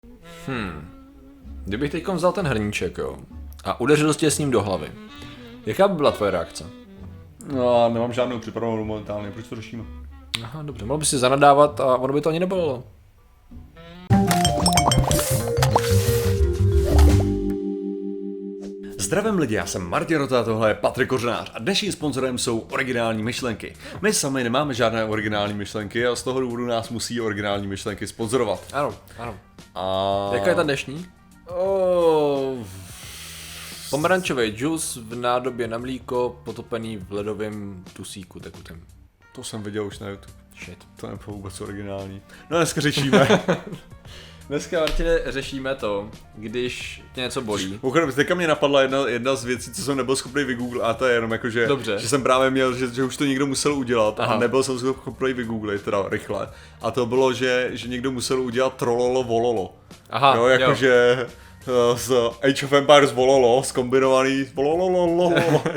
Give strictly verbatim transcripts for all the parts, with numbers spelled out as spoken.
Hmm. Kdybych teď vzal ten hrníček, jo, a udeřil tě s ním do hlavy, jaká by byla tvoje reakce? No, nemám žádnou připravenou momentálně, proč to řešíme? Aha, dobře, mohl by si zanadávat a ono by to ani nebolelo. Zdravím lidi, já jsem Martin Rota, tohle je Patrik Kořenář a dnešním sponzorem jsou Originální myšlenky. My sami nemáme žádné originální myšlenky a z toho důvodu nás musí Originální myšlenky sponzorovat. Ano, ano. A... Jaká je ta dnešní? Oh... Pomerančový džus v nádobě na mlíko, potopený v ledovém tusíku tekutém. To jsem viděl už na YouTube. Shit. To nebylo vůbec originální. No dneska řešíme. Dneska, Martine, řešíme to, když tě něco bolí. Mimochodem, teďka mě napadla jedna, jedna z věcí, co jsem nebyl schopný vygooglit, a to je jenom jako, že, Dobře. že jsem právě měl, že, že už to někdo musel udělat. Aha. A nebyl jsem schopný vygooglit, teda rychle. A to bylo, že, že někdo musel udělat trololo vololo. Aha, jo, jakože z Age of Empires vololo, zkombinovaný vololololo.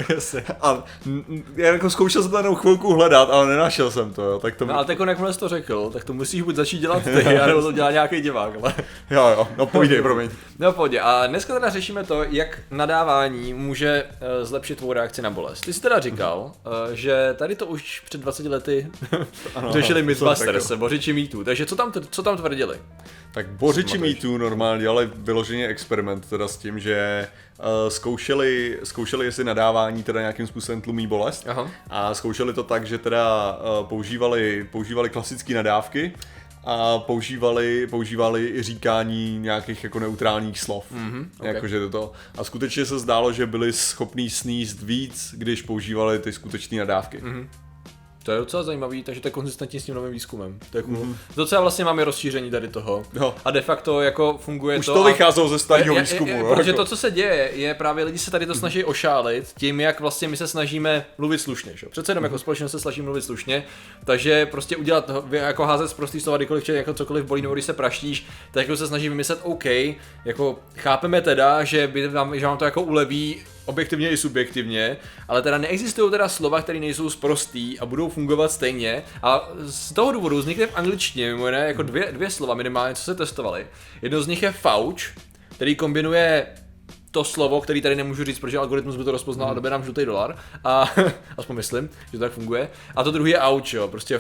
A já jako zkoušel jsem to jenom chvilku hledat, ale nenašel jsem to, jo. Tak to... No ale tak on jakmile jsi to řekl, tak to musíš buď začít dělat ty, nebo to dělá nějaký divák, ale... Jo jo, no povídej, promiň. No pohodě, a dneska teda řešíme to, jak nadávání může uh, zlepšit tvou reakci na bolest. Ty jsi teda říkal, uh, že tady to už před dvaceti lety řešili Mythbusters, bořiči mýtů, takže co tam, co tam tvrdili? Tak bořiči mýtů normálně, ale vyloženě experiment teda s tím, že uh, zkoušeli, zkoušeli, jestli nadávání teda nějakým způsobem tlumí bolest. Aha. A zkoušeli to tak, že teda uh, používali, používali klasické nadávky a používali, používali i říkání nějakých jako neutrálních slov. Mm-hmm, okay. Jakože toto. A skutečně se zdálo, že byli schopní sníst víc, když používali ty skutečné nadávky. Mm-hmm. To je docela zajímavý, takže to je konzistentní s tím novým výzkumem. To je cool. Mm. Docela vlastně máme rozšíření tady toho. Jo. A de facto jako funguje Už to. Už to vycházelo ze starého výzkumu. Je, je, je, protože to, co se děje, je právě lidi se tady to snaží ošálit tím, jak vlastně my se snažíme mluvit slušně. Že? Přece jenom mm. jako společnost se snaží mluvit slušně, takže prostě udělat, jako házet z prostý slova, kdykoliv jako cokoliv bolí, nebo když se praštíš, tak jako se snaží vymyslet OK, jako chápeme teda, že, by vám, že vám to jako uleví objektivně i subjektivně, ale teda neexistují teda slova, které nejsou sprostý a budou fungovat stejně. A z toho důvodu vznikne v angličtině mimo jiné jako dvě, dvě slova minimálně, co se testovali. Jedno z nich je fauch, který kombinuje to slovo, který tady nemůžu říct, protože algoritmus by to rozpoznal a době nám žlutý dolar. A aspoň myslím, že to tak funguje. A to druhý je ouch, jo, prostě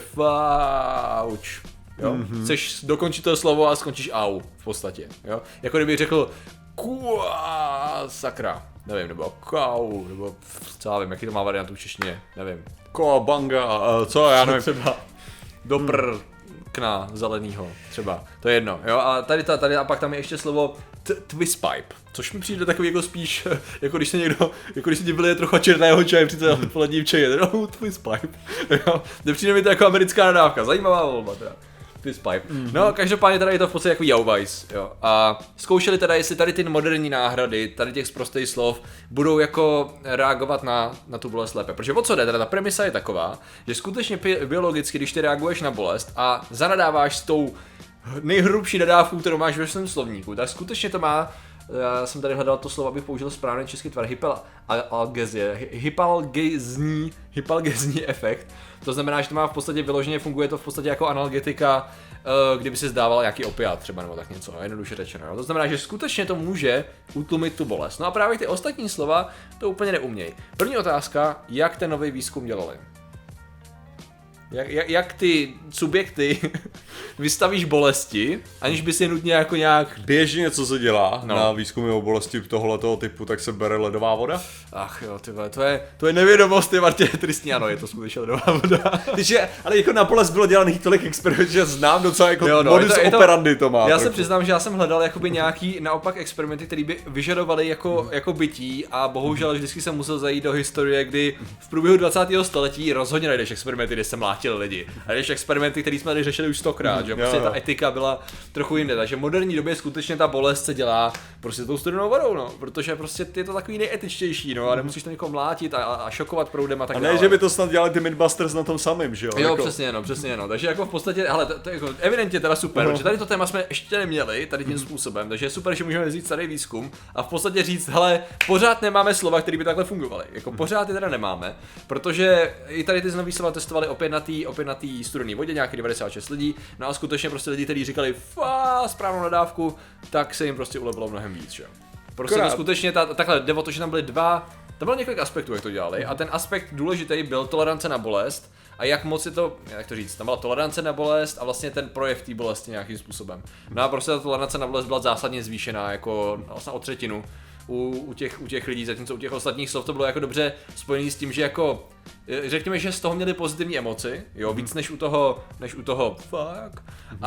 fauch. Jo? Mm-hmm. Chceš dokončit to slovo a skončíš au v podstatě. Jo? Jako kdybych řekl kua, sakra. Nevím, nebo kau, nebo co já vím, jaký to má variantu v češtině, nevím. Koabanga, uh, co já nevím. Třeba dopr kna zelenýho, třeba, to je jedno, jo, a tady, ta, tady a pak tam je ještě slovo t- twist pipe, což mi přijde takový jako spíš, jako když se někdo, jako když se ti vylije trochu černého čaje při celém odpoledním čaji, no, twist pipe, jo, nepřijde mi to jako americká nadávka, zajímavá volba teda. Pipe. Mm-hmm. No, každopádně teda je to v podstatě jako Jauweis, jo. A zkoušeli teda, jestli tady ty moderní náhrady, tady těch sprostých slov, budou jako reagovat na, na tu bolest lépe. Protože o co jde, teda ta premisa je taková, že skutečně biologicky, když ty reaguješ na bolest a zanadáváš s tou nejhrubší nadávkou, kterou máš ve svém slovníku, tak skutečně to má, já jsem tady hledal to slovo, abych použil správný český tvar, hypalgezie, hypalgezní, hypalgezní efekt. To znamená, že to má v podstatě vyloženě, funguje to v podstatě jako analgetika, kdyby si zdával nějaký opiát třeba nebo tak něco, jednoduše řečeno. To znamená, že skutečně to může utlumit tu bolest. No a právě ty ostatní slova to úplně neumějí. První otázka, jak ten nový výzkum dělali? Jak, jak, jak ty subjekty vystavíš bolesti, aniž by si nutně jako nějak... Běžně co se dělá no. na výzkumy o bolesti tohoto typu, tak se bere ledová voda? Ach jo, ty vole, to je, to je nevědomost, ty Martě, tristní, ano, je to skutečně ledová voda. Tyže, ale jako na bolest bylo dělaných tolik experimentů, že znám docela jako jo, no, modus je to, operandi to má. Já se přiznám, že já jsem hledal jakoby nějaký naopak experimenty, které by vyžadovaly jako, hmm. jako bytí a bohužel vždycky jsem musel zajít do historie, kdy v průběhu dvacátého století rozhodně najdeš experimenty, kde se mlátili lidi. A když experimenty, které jsme tady řešili už stokrát, že prostě ta etika byla trochu jinde, takže v moderní době skutečně ta bolest se dělá prostě tou studenou vodou, no, protože prostě je to takový nejetičtější, no, a nemusíš to někoho mlátit a, a šokovat proudem a tak dále. A ne, že by to snad dělali ty Mythbusters na tom samém, že jo? Jo, jako... přesně, no, přesně, no, takže jako v podstatě, ale to, to jako evidentně teda super, protože tady to téma jsme ještě neměli, tady tím způsobem, takže je super, že můžeme říct starý výzkum a v podstatě říct, hele, pořád nemáme slova, které by takhle fungovaly, jako pořád je teda nemáme, protože i tady ty nový slova testovali opět na té té opět na té studené vodě, nějaký devadesát šest lidí, no a skutečně prostě lidi, kteří říkali fá, správnou nadávku, tak se jim prostě ulevilo mnohem víc, že? Prostě to skutečně, ta, takhle, jde o to, že tam byly dva, tam bylo několik aspektů, jak to dělali, a ten aspekt důležitý byl tolerance na bolest, a jak moc je to, jak to říct, tam byla tolerance na bolest a vlastně ten projev té bolesti nějakým způsobem. No a prostě ta tolerance na bolest byla zásadně zvýšená, jako vlastně o třetinu u, u, těch, u těch lidí, zatímco u těch ostatních slov to bylo jako dobře spojený s tím, že jako, řekněme, že z toho měli pozitivní emoci, jo, víc než u toho, než u toho fuck,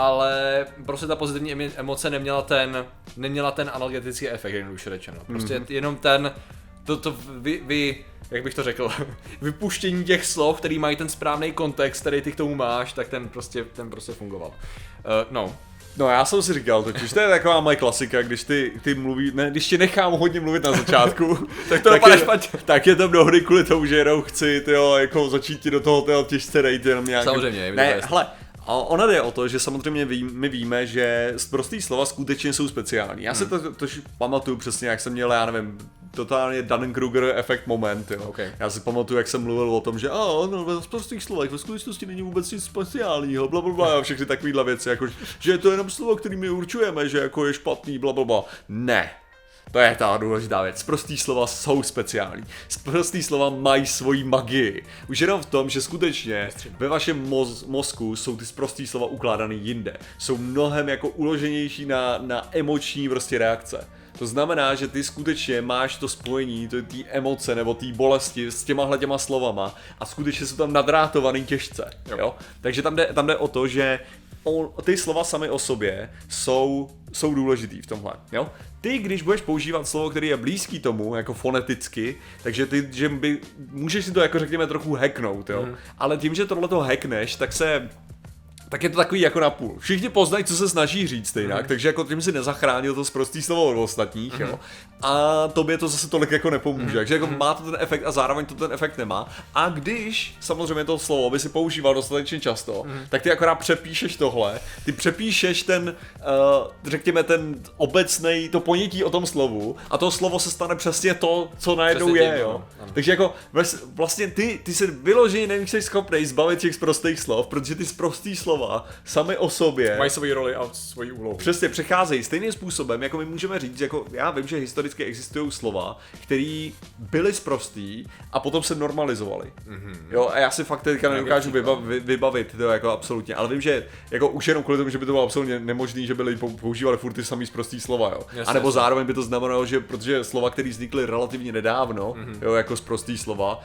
ale prostě ta pozitivní emoce neměla ten, neměla ten analgetický efekt, jednoduše řečeno. Prostě jenom ten, to, to vy, vy jak bych to řekl, vypuštění těch slov, který mají ten správný kontext, který ty k tomu máš, tak ten prostě, ten prostě fungoval. Uh, no. No já jsem si říkal totiž, to je taková moje klasika, když ty, ty mluví, ne, když tě nechám hodně mluvit na začátku, tak to tak, je, špatně. Tak je to mnohdy kvůli tomu, že jenom chci, tyjo, jako začít ti do toho tyjo, těžce dejt jenom nějakým... Samozřejmě. Ne, hele, a ona jde o to, že samozřejmě ví, my víme, že prostý slova skutečně jsou speciální. Já hmm. si to tož pamatuju přesně, jak jsem měl, já nevím, totálně Dunning-Kruger efekt moment, jo. Okay. Já si pamatuju, jak jsem mluvil o tom, že a no, v prostých slovech ve skutečnosti není vůbec nic speciálního, blablabla, a všechny takovýhle věci, jako, že je to jenom slovo, který my určujeme, že jako je špatný, blablabla. Ne. To je ta důležitá věc. Prostý slova jsou speciální. Prostý slova mají svoji magii. Už jenom v tom, že skutečně ve vašem moz- mozku jsou ty prostý slova ukládané jinde. Jsou mnohem jako uloženější na, na emoční prostě reakce. To znamená, že ty skutečně máš to spojení, to té emoce nebo té bolesti s těmahle těma slovama a skutečně jsou tam nadrátovaný těžce. Jo. Jo? Takže tam jde, tam jde o to, že on, ty slova samy o sobě jsou, jsou důležitý v tomhle. Jo? Ty, když budeš používat slovo, který je blízký tomu, jako foneticky, takže ty, že by, můžeš si to jako řekněme trochu hacknout, jo? Mm. Ale tím, že tohleto hackneš, tak se tak je to takový jako na půl. Všichni poznají, co se snaží říct jinak, mm. takže jako tím si nezachránil to sprostý slovo od ostatních, mm. jo. A tobě to zase tolik jako nepomůže, mm. takže jako má to ten efekt a zároveň to ten efekt nemá. A když samozřejmě to slovo by si používal dostatečně často, mm. tak ty akorát přepíšeš tohle, ty přepíšeš ten, uh, řekněme ten obecnej, to ponětí o tom slovu a to slovo se stane přesně to, co najednou je, tím, jo. Ano. Takže jako vlastně ty, ty se vyloženě nejsi schopnej zbavit těch sprostých slov, protože ty sprostý slova sami o sobě mají svoji roli a svoji úlohu. Přesně, přecházejí stejným způsobem, jako my můžeme říct, jako já vím, že historicky existují slova, které byly sprostý a potom se normalizovaly. Mm-hmm. Jo, a já si fakt teďka nedokážu vybavit, vybavit to jako absolutně, ale vím, že jako už jenom kvůli tomu, že by to bylo absolutně nemožný, že by lidi používali furt ty samý sprostý slova, jo. Jasně, a nebo jasně. Zároveň by to znamenalo, že protože slova, které vznikly relativně nedávno, mm-hmm. jo, jako sprostý slova,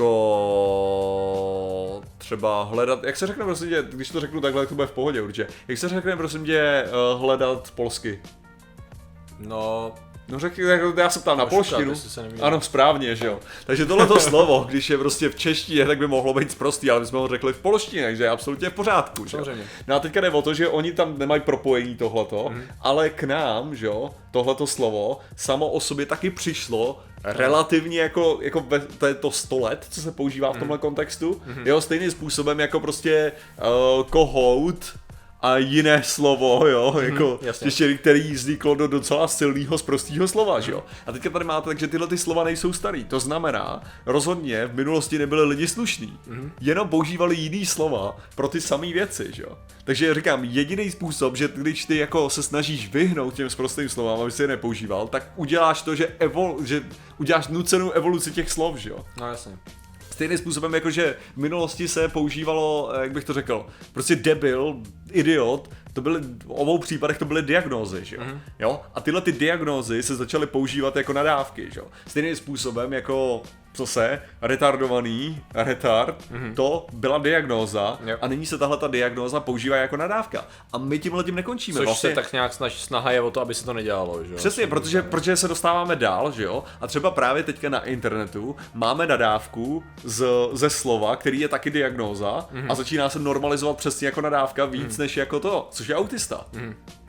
jako třeba hledat, jak se řekne prostě, když to řeknu takhle, to bude v pohodě určitě. Jak se řekne, prosím tě, uh, hledat polsky? No... No řekni, já se ptám na polštinu. Ano, správně, že jo. Takže tohleto slovo, když je prostě v češtině, tak by mohlo být sprostý, ale my jsme ho řekli v polštině, takže je absolutně v pořádku, že jo. No a teďka jde o to, že oni tam nemají propojení tohleto, mm. ale k nám, že jo, tohleto slovo samo o sobě taky přišlo relativně jako, jako ve, to je to sto let, co se používá v tomhle kontextu, mm. jo, stejným způsobem jako prostě uh, kohout a jiné slovo, jo, mm, jako ještě, který vzniklo do docela silného sprostého slova, že jo. A teďka tady máte, takže tyhle ty slova nejsou starý. To znamená, rozhodně v minulosti nebyli lidi slušní, mm. jenom používali jiný slova pro ty samé věci, že jo. Takže říkám, jediný způsob, že když ty jako se snažíš vyhnout těm sprostým slovám, aby si je nepoužíval, tak uděláš to, že, evol, že uděláš nucenou evoluci těch slov, že jo. No jasně. Stejným způsobem, jakože v minulosti se používalo, jak bych to řekl, prostě debil, idiot, to byly, v obou případech to byly diagnózy, že jo? Mm-hmm. Jo? A tyhle ty diagnózy se začaly používat jako nadávky, že jo? Stejným způsobem jako, co se, retardovaný, retard, mm-hmm. to byla diagnóza yep. a nyní se tahle ta diagnóza používá jako nadávka. A my tímhle tím nekončíme. Což vlastně... se tak nějak snaž, snaha je o to, aby se to nedělalo, že jo? Přesně, protože, protože se dostáváme dál, že jo? A třeba právě teďka na internetu máme nadávku z, ze slova, který je taky diagnóza mm-hmm. a začíná se normalizovat přesně jako nadávka víc mm-hmm. než jako to, což je autista. Mm-hmm. Jo?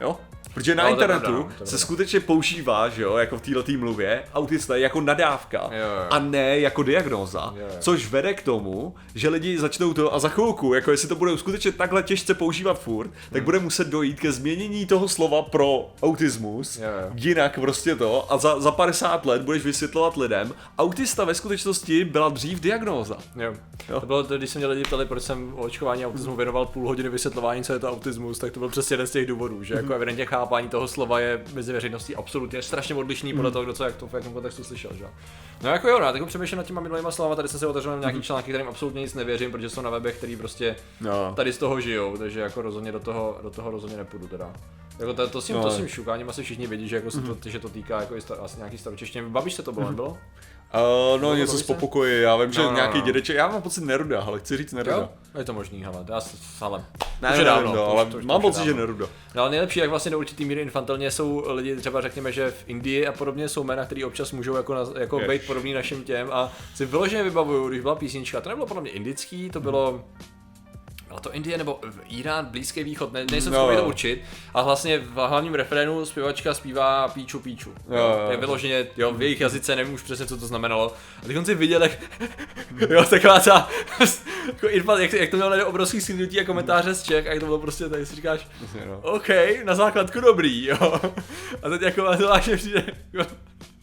Protože na no, internetu pravda, no, se skutečně používá, že jo, jako v této mluvě, autista jako nadávka jo, jo. a ne jako diagnóza, jo, jo. Což vede k tomu, že lidi začnou to a za chvilku, jako jestli to bude skutečně takhle těžce používat furt, tak hmm. bude muset dojít ke změnění toho slova pro autismus, jo, jo. Jinak prostě to a za, za padesát let budeš vysvětlovat lidem, autista ve skutečnosti byla dřív diagnóza. Jo. Jo. To bylo to, když se mě lidi ptali, proč jsem o očkování autismu věnoval půl hodiny vysvětlování, co je to autismus, tak to byl přesně jeden z těch důvodů, že jako evidentně chápání toho slova je mezi veřejností absolutně strašně odlišný podle toho, kdo co jak to v jakém kontextu slyšel, že? No jako jo, no, já tak přemýšlím nad těma minulýma slovama, tady jsem si otevřel nějaký články, kterým absolutně nic nevěřím, protože jsou na webech, který prostě no. tady z toho žijou, takže jako rozhodně do toho, do toho rozhodně nepůjdu teda. Jako to, to s tím, no. to s tím šukáním asi všichni vědí, že jako se to, že to týká jako star, asi nějaký staročeštině. Babiš se to bylo, nebylo? Uh, no něco z popokoji, já vím, no, že no, nějaký no. dědeček, já mám pocit Neruda, ale chci říct Neruda. Jo? Je to možný, hele, já ale ne, ne, dávno, no, ale to už, mám pocit, že Neruda. No ale nejlepší, jak vlastně do určitý míry infantilně jsou lidi, třeba řekněme, že v Indii a podobně jsou jména, který občas můžou jako, na, jako být podobný našim těm a si vyloženě vybavuju, když byla písnička, to nebylo podle mě indický, to bylo... Byla to Indie nebo Irán, Blízký východ, ne, nejsem schopný no, to určit. A vlastně v hlavním refrénu zpěvačka zpívá píču píču. Jo, jo, je vyloženě, jo, v jejich jazyce, nevím už přesně, co to znamenalo. A teď on si viděl, jak, jo, taková ta, jako, jak, jak to mělo obrovský sklidnutí a komentáře z Čech, a jak to bylo prostě, tady si říkáš, no. OK, na základku dobrý, jo. A teď jako, to vážně přijde, jako,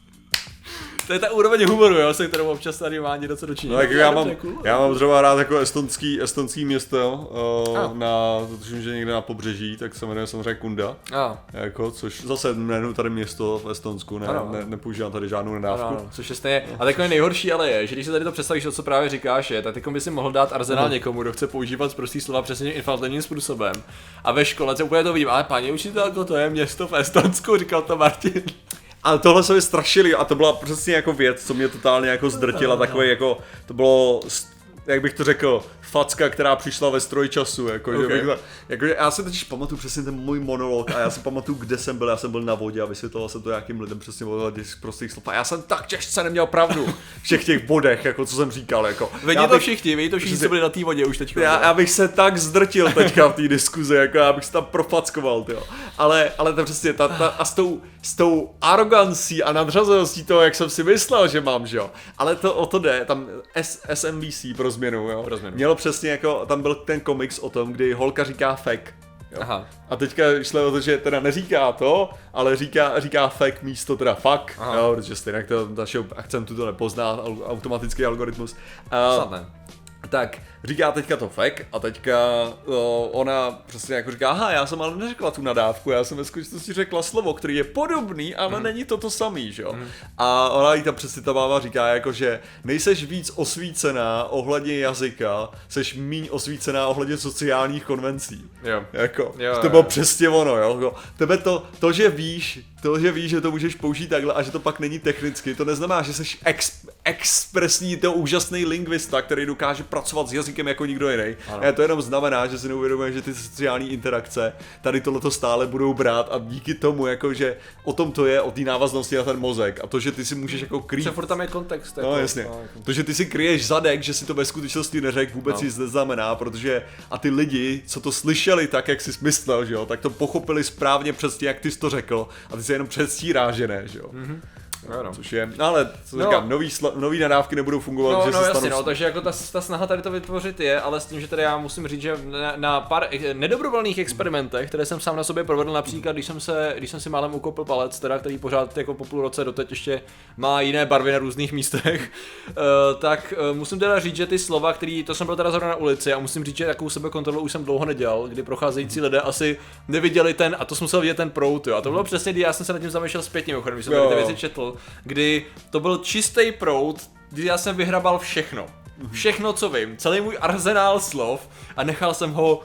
to je ta úroveň humoru, jo, se kterou občas tady má něco dočinit. No, jako já, mám, já mám třeba rád jako estonský, estonský město, uh, ah. na, tuším, že někde na pobřeží, tak se jmenuje samozřejmě Kunda, ah. jako, což zase jmenuji tady město v Estonsku, ne, ne, nepoužívám tady žádnou nadávku. Ano, což je stejně, a takové nejhorší ale je, že když si tady to představíš, to co právě říkáš, je, tak ty by si mohl dát arzenál uh. někomu, kdo chce používat prostý slova přesně infantilním způsobem. A ve škole se úplně to vidím, ale paní učitelko, to je město v Estonsku, říkal to Martin. Ale tohle se mi strašili a to byla přesně jako věc, co mě totálně jako zdrtila, takový jako, to bylo, jak bych to řekl, facka, která přišla ve strojčasu, jako, okay. že bych to, jako, já si totiž pamatuju přesně ten můj monolog a já si pamatuju, kde jsem byl, já jsem byl na vodě a vysvětloval jsem to nějakým lidem přesně o těch prostých slov a já jsem tak těžce neměl pravdu všech těch bodech, jako co jsem říkal, jako. Vědí to všichni, vědí to všichni, co byli na té vodě už teďka. Já, já bych se tak zdrtil teďka v té diskuzi, jako já bych se tam profackoval, tyjo. Ale, ale to přesně, ta, ta, a s tou, s tou arogancí a nadřazeností toho, jak jsem si myslel, že mám, že jo. Ale to o to jde, tam S M B C pro změnu, jo. Pro změnu. Mělo přesně jako, tam byl ten komiks o tom, kdy holka říká fek. Jo. Aha. A teďka šlo o to, že teda neříká to, ale říká, říká fake místo teda fuck, jo, protože stejně to našeho akcentu to nepozná automatický algoritmus. Uh, tak říká teďka to fake a teďka o, ona přesně jako říká, aha, já jsem ale neřekla tu nadávku, já jsem ve skutečnosti řekla slovo, který je podobný, ale mm. není to to samý, že jo. Mm. A ona jí tam přesně ta máma říká jako, že nejseš víc osvícená ohledně jazyka, seš míň osvícená ohledně sociálních konvencí. Jo. Jako, jo, to bylo jo. přesně ono, jo. Tebe to, to, že víš, to, že víš, že to můžeš použít takhle a že to pak není technicky, to neznamená, že jsi ex, expresní, to úžasný lingvista, který dokáže pracovat s jazykem jako nikdo jiný. A to jenom znamená, že si neuvědomuješ, že ty sociální interakce tady tohleto stále budou brát a díky tomu, jako, že o tom to je, o té návaznosti na ten mozek a to, že ty si můžeš jako krýt. Co furt tam je kontext. Jako, no jasně. No, jako... To, že ty si kryješ zadek, že si to ve skutečnosti neřek, vůbec no. nic neznamená, protože a ty lidi, co to slyšeli tak, jak jsi myslel, že jo, tak to pochopili správně přesně, jak ty jsi to řekl a ty se jenom předstíráš, že ne, že jo. Mm-hmm. No, no. Což je, no ale co no. říkám, nový, sla, nový nadávky nebudou fungovat, no, že no, se jasně, stanou... no, takže jako ta, ta snaha tady to vytvořit je, ale s tím, že tady já musím říct, že na, na pár nedobrovolných experimentech, které jsem sám na sobě provedl, například když jsem se, když jsem si málem ukopil palec, teda, který pořád jako po půl roce doteď ještě má jiné barvy na různých místech, uh, tak uh, musím teda říct, že ty slova, který, to jsem byl teda zrovna na ulici a musím říct, že takovou sebekontrolu už jsem dlouho nedělal, kdy procházející lidé asi neviděli ten, a to jsem musel vidět ten prout, jo, a to bylo přesně, kdy já jsem se nad tím zamýšlel zpětně, mimochodem, když jsem tady ty věci četl, kdy to byl čistý proud, kdy já jsem vyhrabal všechno. Všechno, co vím, celý můj arzenál slov a nechal jsem ho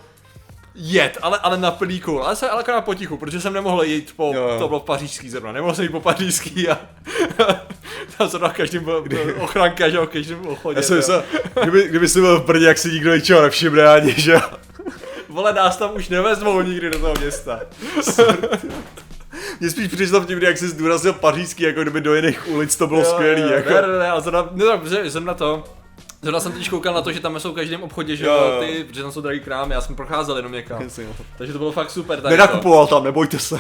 jet, ale, ale na plný kůl, ale, ale na potichu, protože jsem nemohl jít po, jo. to bylo pařížský zrovna, nemohl jsem jít po pařížský a tam zrovna v každém byl ochranka, že jo, v každém ochodě. Já jsem myslel, kdyby, kdyby jsi byl v Brně, jak si nikdo ničeho nevšimne ani, že jo. Vole, nás tam už nevezmou nikdy do toho města. Mně spíš přišlo v tím, jak jsi zdůraznil pařížský, jako kdyby do jiných ulic to bylo jo, skvělý. Jo, jako. Ne, ne, ne, ale zrovna, ne, ne, jsem na to, Zrovna jsem teď koukal na to, že tam jsou v každém obchodě, že Jo, jo. ty, že tam jsou drahý krámy, já jsem procházel jenom někam. Takže to bylo fakt super. Tady Nenakupoval tam, nebojte se.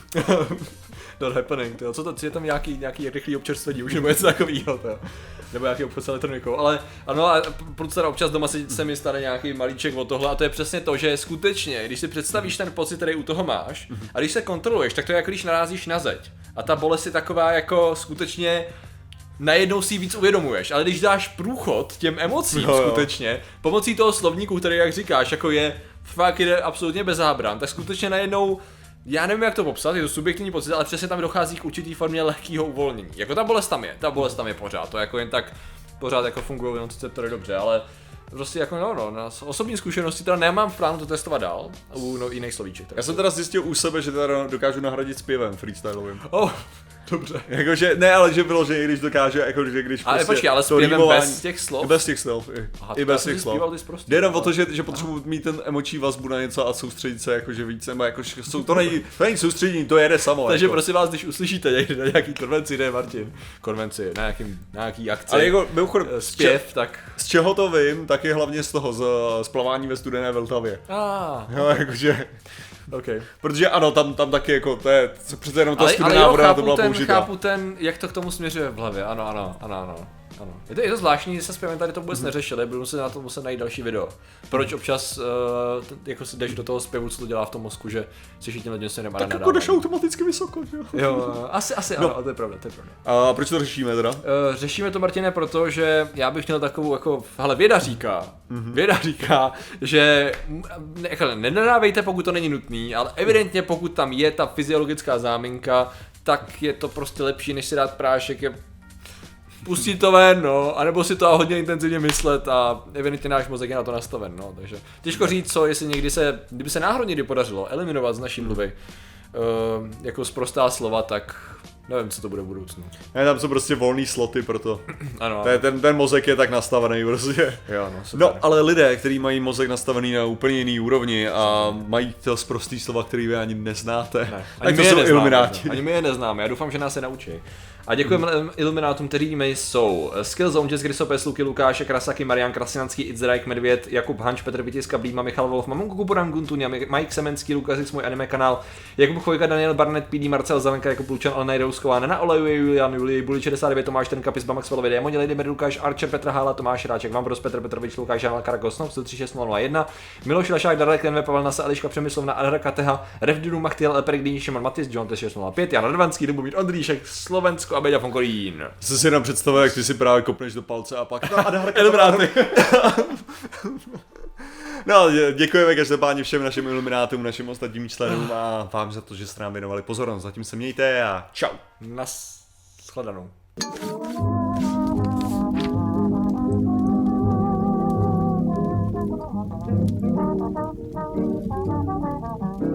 Not happening, tyjo. Co to, je tam nějaký, nějaký rychlý občerstvení už nebo něco takovýho, tyjo. Nebo nějaký obchod s elektronikou, ale ano, a proč teda občas doma se, se mi stane nějaký malíček od tohle a to je přesně to, že skutečně, když si představíš ten pocit, který u toho máš a když se kontroluješ, tak to je jako když narazíš na zeď a ta bolest je taková jako skutečně najednou si ji víc uvědomuješ, ale když dáš průchod těm emocím jo, jo. skutečně, pomocí toho slovníku, který jak říkáš, jako je fakt jde absolutně bez zábran, tak skutečně najednou já nevím, jak to popsat, je to subjektivní pocit, ale přesně tam dochází k určitý formě lehkého uvolnění. Jako ta bolest tam je, ta bolest tam je pořád, to jako jen tak pořád jako fungují jenom receptory dobře, ale prostě jako no, no, na osobní zkušenosti teda nemám v plánu to testovat dál u no, jiných slovíček. Já jsem teda zjistil u sebe, že teda dokážu nahradit zpěvem freestylovým. Oh, dobře. Jakože, ne, ale že bylo, že i když dokáže, jakože když Ale prostě počkej, ale to zpěvem rýmování- bez těch slov? Bez těch slov, i, Aha, i já bez jsem těch si slov. zpíval ty sprostý, Jde jenom o ale- to, že, že potřebuji mít ten emoční vazbu na něco a soustředit se jakože víc, nebo jakože jsou, to není, to není soustředění, to jede samo. Takže jako. prosím vás, když uslyšíte někdy na nějaký konvenci, ne Martin, konvenci, na nějakým, na nějaký akci, Ale jako, mimochodem, eh, z, če- zpěv, tak... z čeho to vím, tak je hlavně z toho, z, z plavání ve studené Vltavě. Ah, Jo, jakože, okay. protože ano, tam, tam taky jako, to je přece jenom ta Ale, ale studená jo, voda, to chápu byla ten, použitá. chápu ten, jak to k tomu směřuje v hlavě, ano, ano, ano, ano. Ano. Je to, je to zvláštní, že se zpěvem tady to vůbec mm-hmm. neřešili, budu muset na to muset najít další video. Proč občas uh, t- jako si jdeš do toho zpěvu, co to dělá v tom mozku, že si tím lidem se nemá Tak jako jdeš automaticky vysoko, jo? Jo, asi, asi no. Ano, to je pravda, to je pravda. A proč to řešíme teda? Uh, řešíme to, Martine, protože já bych měl takovou jako, hele, věda říká, mm-hmm. věda říká, že ne, jako, nenadávejte, pokud to není nutný, ale evidentně pokud tam je ta fyziologická záminka, tak je to prostě lepší, než si dát prášek, je pustit to ven, no, anebo si to hodně intenzivně myslet a evidentně náš mozek je na to nastaven, no, takže těžko říct, co, jestli někdy se, kdyby se náhodou někdy podařilo eliminovat z naší mluvy uh, jako sprostá slova, tak nevím, co to bude v budoucnu. Ne, tam jsou prostě volný sloty pro to. Ano. Ten, ten, ten mozek je tak nastavený prostě. Jo, no, super. No, ale lidé, kteří mají mozek nastavený na úplně jiný úrovni a mají to z prostý slova, který vy ani neznáte, Ne, tak ani to my je jsou neznáme, ilumináti. Ani my je neznáme, já doufám, že nás je naučí. A děkujeme hmm. iluminátům, kterými jsou Skillzone, Jess Grysopes, Luky Lukáše, Krasaky, Marian Krasinanský, Itzrajk, Medvěd, Jakub Hanč, Petr Vytiska, Blíma, Michal Wolf, Mamonko Kuburan, Guntunia, Mike Semenský, Lukas, můj anime kanál, Jakub Chvojka, Daniel Barnett, P D, Marcel Zelenka, Jakub Lučan, Alena Rousková, Nena Olejuje, Julian, Julie, Buli šedesát devět, Tomáš Trnka, Pisba, Maxwellovi, Démoni, Lady Mary, Lukáš, Archer, Petra Hála, Tomáš Ráček, Vambros, Petr Petrovič, Lukáš, Janela Karagos, sto tři šest nula jedna, Miloš Lašák, Darek Lenve, Pavel Nasa, Eliška Přemyslovna, Adara Kateha, Revdunu, Machtiel, Eperik, Dýni, Šimon Matis, John T šest nula pět, Jan Radvanský, Lubomír Ondříšek, Slovensko a Beďa Fonkolín. Jsi si jenom představil, jak ty si právě kopneš do palce a pak... No, a dárka Ilumináty. No, děkujeme každopádně všem našim iluminátům, našim ostatním členům a vám za to, že jste nám věnovali pozornost. Zatím se mějte a čau. Naschledanou. Thank you.